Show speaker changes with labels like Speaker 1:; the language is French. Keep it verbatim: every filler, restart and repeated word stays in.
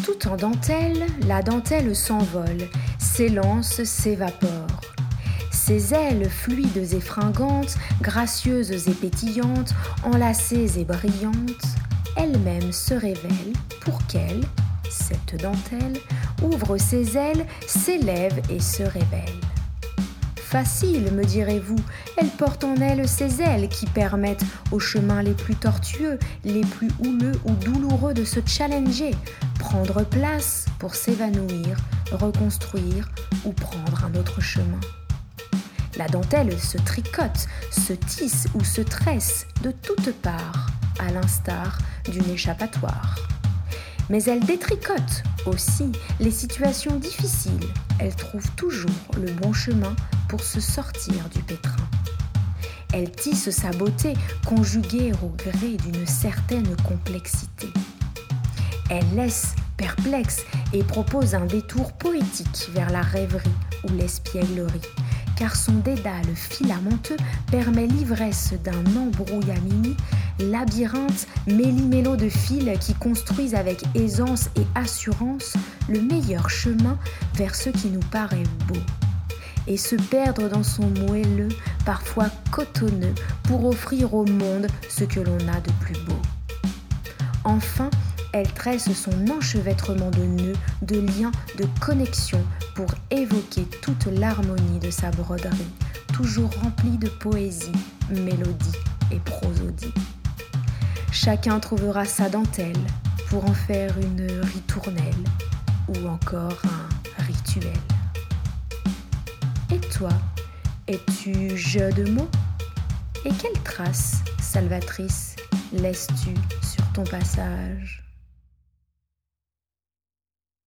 Speaker 1: Tout en dentelle, la dentelle s'envole, s'élance, s'évapore. Ses ailes fluides et fringantes, gracieuses et pétillantes, enlacées et brillantes, elle-même se révèle pour qu'elle, cette dentelle, ouvre ses ailes, s'élève et se révèle. Facile, me direz-vous, elle porte en elle ses ailes qui permettent aux chemins les plus tortueux, les plus houleux ou douloureux de se challenger, prendre place pour s'évanouir, reconstruire ou prendre un autre chemin. La dentelle se tricote, se tisse ou se tresse de toutes parts, à l'instar d'une échappatoire. Mais elle détricote aussi les situations difficiles. Elle trouve toujours le bon chemin pour se sortir du pétrin. Elle tisse sa beauté conjuguée au gré d'une certaine complexité. Elle laisse perplexe et propose un détour poétique vers la rêverie ou l'espièglerie, car son dédale filamenteux permet l'ivresse d'un embrouillamini, labyrinthe méli-mélo de fils qui construisent avec aisance et assurance le meilleur chemin vers ce qui nous paraît beau, et se perdre dans son moelleux, parfois cotonneux, pour offrir au monde ce que l'on a de plus beau. Enfin, elle tresse son enchevêtrement de nœuds, de liens, de connexions pour évoquer toute l'harmonie de sa broderie, toujours remplie de poésie, mélodie et prosodie. Chacun trouvera sa dentelle pour en faire une ritournelle ou encore un rituel. Et toi, es-tu jeu de mots? Et quelle trace salvatrice laisses-tu sur ton passage?